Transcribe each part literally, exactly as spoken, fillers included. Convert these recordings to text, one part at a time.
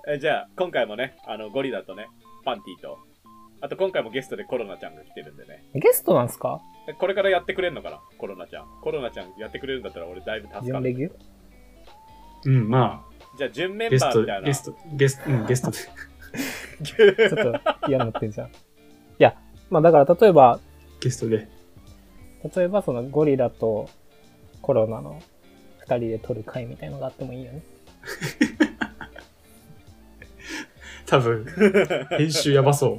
えじゃあ、今回もね、あの、ゴリラとね、パンティと、あと今回もゲストでコロナちゃんが来てるんでね。 ゲストなんすか？ これからやってくれるのかなコロナちゃん。コロナちゃんやってくれるんだったら俺だいぶ助かる。 準レギュ？ うん、まあ。 じゃあ、準メンバーみたいな。 ゲスト、ゲスト、うん、ゲストで。 ちょっと嫌になってんじゃん。いや、まあだから例えば、 ゲストで。 例えばそのゴリラとコロナの二人で撮る会みたいのがあってもいいよね。 多分、編集やばそう。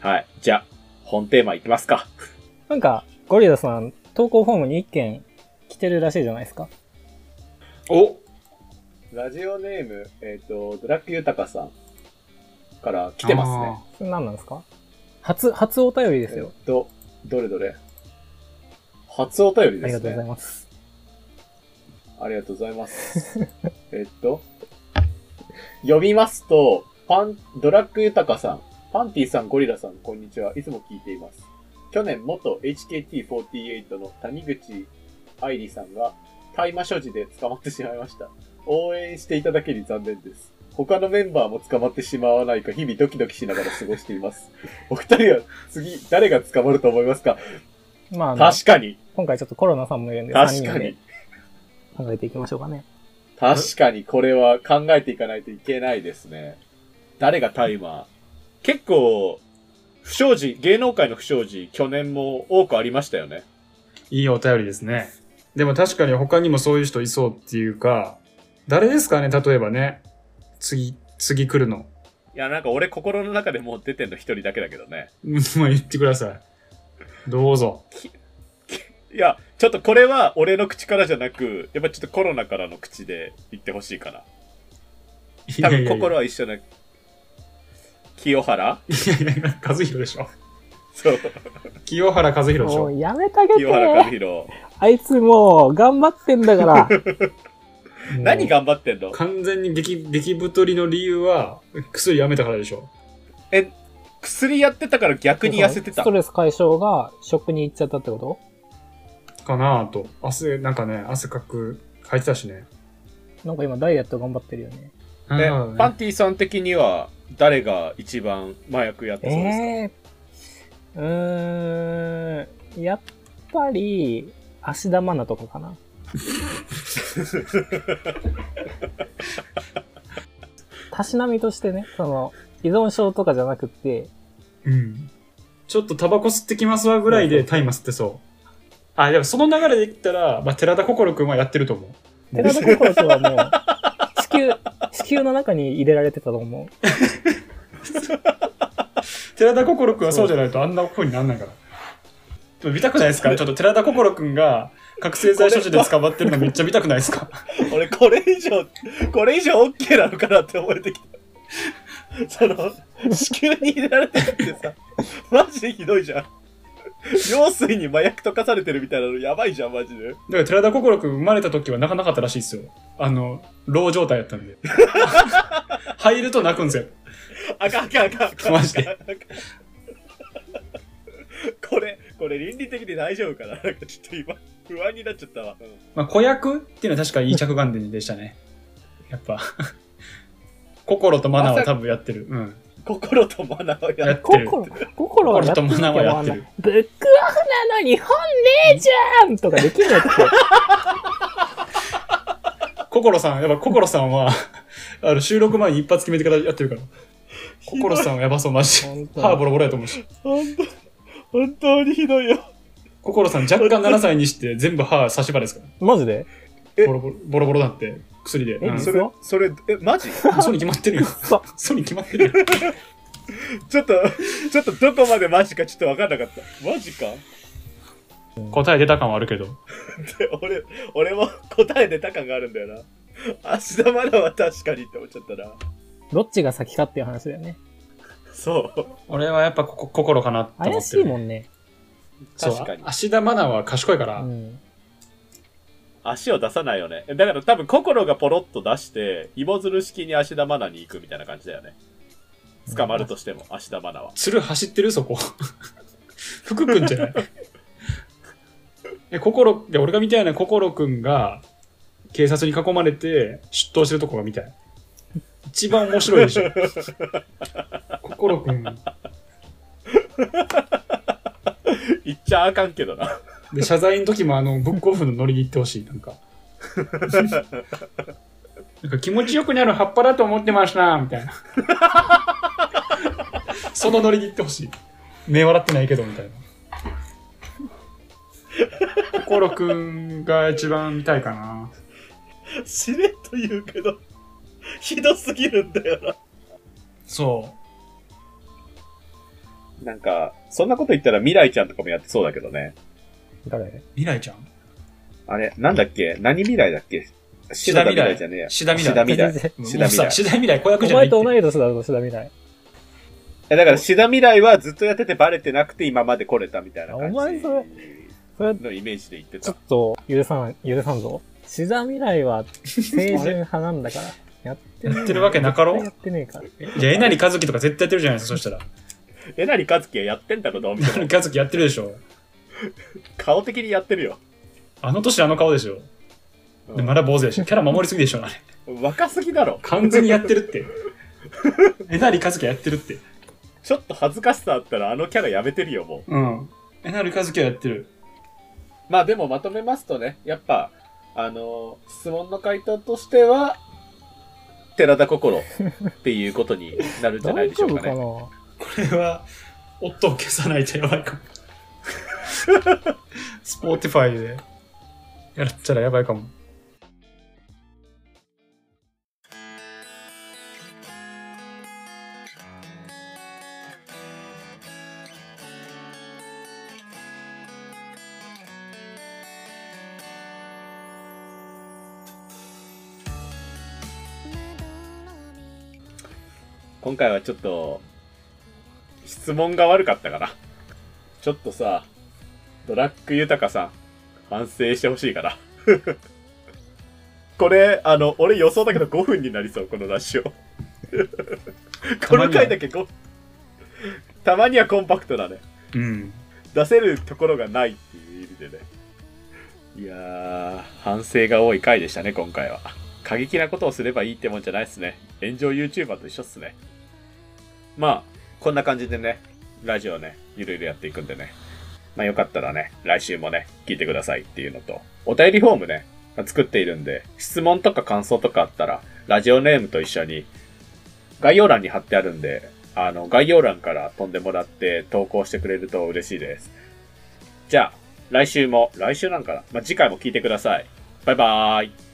はい。じゃあ、本テーマいきますか。 なんか、ゴリラさん、投稿フォームに一件来てるらしいじゃないですか。 おラジオネーム、えっ、ー、と、ドラッグユタカさんから来てますね。 それ何なんですか？初、初お便りですよ。 えっと、どれどれ初お便りですね。 ありがとうございます。 ありがとうございます。えっと、読みますと、パン、ドラッグユタカさん、パンティさん、ゴリラさん、こんにちは。いつも聞いています。去年、元 エイチケーティーフォーティーエイト の谷口愛理さんが、大麻所持で捕まってしまいました。応援していただけに残念です。他のメンバーも捕まってしまわないか、日々ドキドキしながら過ごしています。お二人は次、誰が捕まると思いますか？ まあ、 確かに。 今回ちょっとコロナさんもいるんで、 確かに。 考えていきましょうかね。 確かにこれは考えていかないといけないですね。誰がタイマー？結構、不祥事、芸能界の不祥事、去年も多くありましたよね。 いいお便りですね。でも確かに他にもそういう人いそうっていうか、誰ですかね、例えばね。次、次来るの。 いや、なんか俺心の中でもう出てんの一人だけだけどね。 まあ言ってください。どうぞ。 いや、ちょっとこれは俺の口からじゃなく、やっぱちょっとコロナからの口で言ってほしいかな。多分心は一緒な。清原？ いやいや、和弘でしょ。 そう。 清原和弘でしょ。 もうやめてあげて。 清原和弘。 あいつもう頑張ってんだから。 何頑張ってんの？ 完全に激、激太りの理由は薬やめたからでしょ。 え、薬やってたから逆に痩せてた？ ストレス解消が食に行っちゃったってことかなぁと。汗、なんかね、汗かく、書いてたしね。 なんか今ダイエット頑張ってるよね。 で、ね、パンティさん的には誰が一番麻薬やってそうですか？えー、 うーん、やっぱり、芦田愛菜とかかな。たしなみとしてね、その、依存症とかじゃなくて、 うん。ちょっとタバコ吸ってきますわぐらいでタイマ吸ってそう。あ、でもその流れで言ったら、まあ、寺田心くんはやってると思う。 寺田心くんはもう、子宮、子宮の中に入れられてたと思う。 寺田心くんはそうじゃないとあんな声になんないから。でも見たくないですか？ちょっと寺田心くんが覚醒剤所持で捕まってるのめっちゃ見たくないですか？ 俺これ以上、これ以上 OK なのかなって思えてきた。その、子宮に入れられてるってさ、マジでひどいじゃん。羊水に麻薬溶かされてるみたいなのやばいじゃん、マジで。 だから寺田心くん生まれた時は泣かなかったらしいですよ。あの、ロー状態やったんで。入ると泣くんですよ。 あかんあかんあかんあかん。 マジで。 これ、これ倫理的で大丈夫かな？なんかちょっと今、不安になっちゃったわ。うん、 まあ、子役っていうのは確かいい着眼点でしたね。やっぱ。心とマナーは多分やってる。うん。 心とマナーをやってる。 心、心はやってる。 心とマナーはやってる。 ブックオフなのに本ねえじゃんとかできるって。 心さん、やっぱ心さんは、あの収録前に一発決めてからやってるから。心さんはやばそう、マジ。歯ボロボロやと思うし。 本当、本当にひどいよ。 心さん若干ななさいにして全部歯差し歯ですから。 マジで？ ボロボロ、ボロボロなって、薬で。 え、 うん、 それ、 それ、え、マジ？ 嘘に決まってるよ。嘘に決まってるよ。 ちょっと、ちょっとどこまでマジかちょっと分かんなかった。マジか？ 答え出た感はあるけど。 俺、俺も答え出た感があるんだよな。芦田愛菜は確かにって思っちゃったな。 どっちが先かっていう話だよね。 そう。 俺はやっぱここ心かなって思ってる。 怪しいもんね。 確かに。芦田愛菜は賢いから。うん、 足を出さないよね。だから多分心がポロッと出して、芋づる式に芦田愛菜に行くみたいな感じだよね。捕まるとしても、芦田愛菜は。 鶴走ってるそこ。福くんじゃないえ、心、いや俺が見たいのは心くんが警察に囲まれて出頭してるとこが見たい。 一番面白いでしょ。心くん。 言っちゃあかんけどな。 で、謝罪の時もあの、ブックオフのノリで言ってほしい、なんか。なんか気持ちよくなる葉っぱだと思ってましたみたいな。そのノリで言ってほしい。目笑ってないけど、みたいな。心くんが一番見たいかな。 しれっと言うけど、ひどすぎるんだよな。 そなんか、そんなこと言ったら未来ちゃんとかもやってそうだけどね。 誰？ う。未来ちゃんあれ、なんだっけ何未来だっけ志田未来じゃねえや。 志田未来。 志田未来。 全然志田未来。 志田未来子役おじゃないって。 前と同い年だぞ、志田未来。 だから、志田未来はずっとやっててバレてなくて今まで来れたみたいな感じ。 お前それ、それ、 のイメージで言ってちょたっ。と、許さん、許さんぞ。志田未来は、清純派なんだから。やってねえ。 やってるわけなかろ絶対やってねえから。 いや、えなりかずきとか絶対やってるじゃないですか、そしたら。 えなりかずきはやってんだろ、どう見えなりても。 かずきやってるでしょ。 顔的にやってるよ。 あの年あの顔でしょ。でまだ坊主でしょ。キャラ守りすぎでしょ、あれ。 若すぎだろ。 完全にやってるって。えなりかずきはやってるって。 ちょっと恥ずかしさあったらあのキャラやめてるよ、もう。 うん。えなりかずきはやってる。 まあでもまとめますとね、やっぱ、あのー質問の回答としては、寺田心っていうことになるんじゃない大でしょうかね。 丈夫かな？ これは、夫を消さないとやばいかも。スポーティファイでやっちゃらやばいかも。 今回はちょっと、質問が悪かったかな。ちょっとさ、ドラッグ豊さん、反省してほしいかな。これ、あの、俺予想だけどごふんになりそう、このラッシュを。この回だけご、たまにはコンパクトだね。 うん。 出せるところがないっていう意味でね。いやー、反省が多い回でしたね、今回は。過激なことをすればいいってもんじゃないっすね。炎上 YouTuber と一緒っすね。まあ、こんな感じでね、ラジオね、ゆるゆるやっていくんでね。まあよかったらね、来週もね、聞いてくださいっていうのと、お便りフォームね、作っているんで、質問とか感想とかあったら、ラジオネームと一緒に、概要欄に貼ってあるんで、あの、概要欄から飛んでもらって投稿してくれると嬉しいです。じゃあ、来週も、来週なんかな、まあ次回も聞いてください。バイバーイ。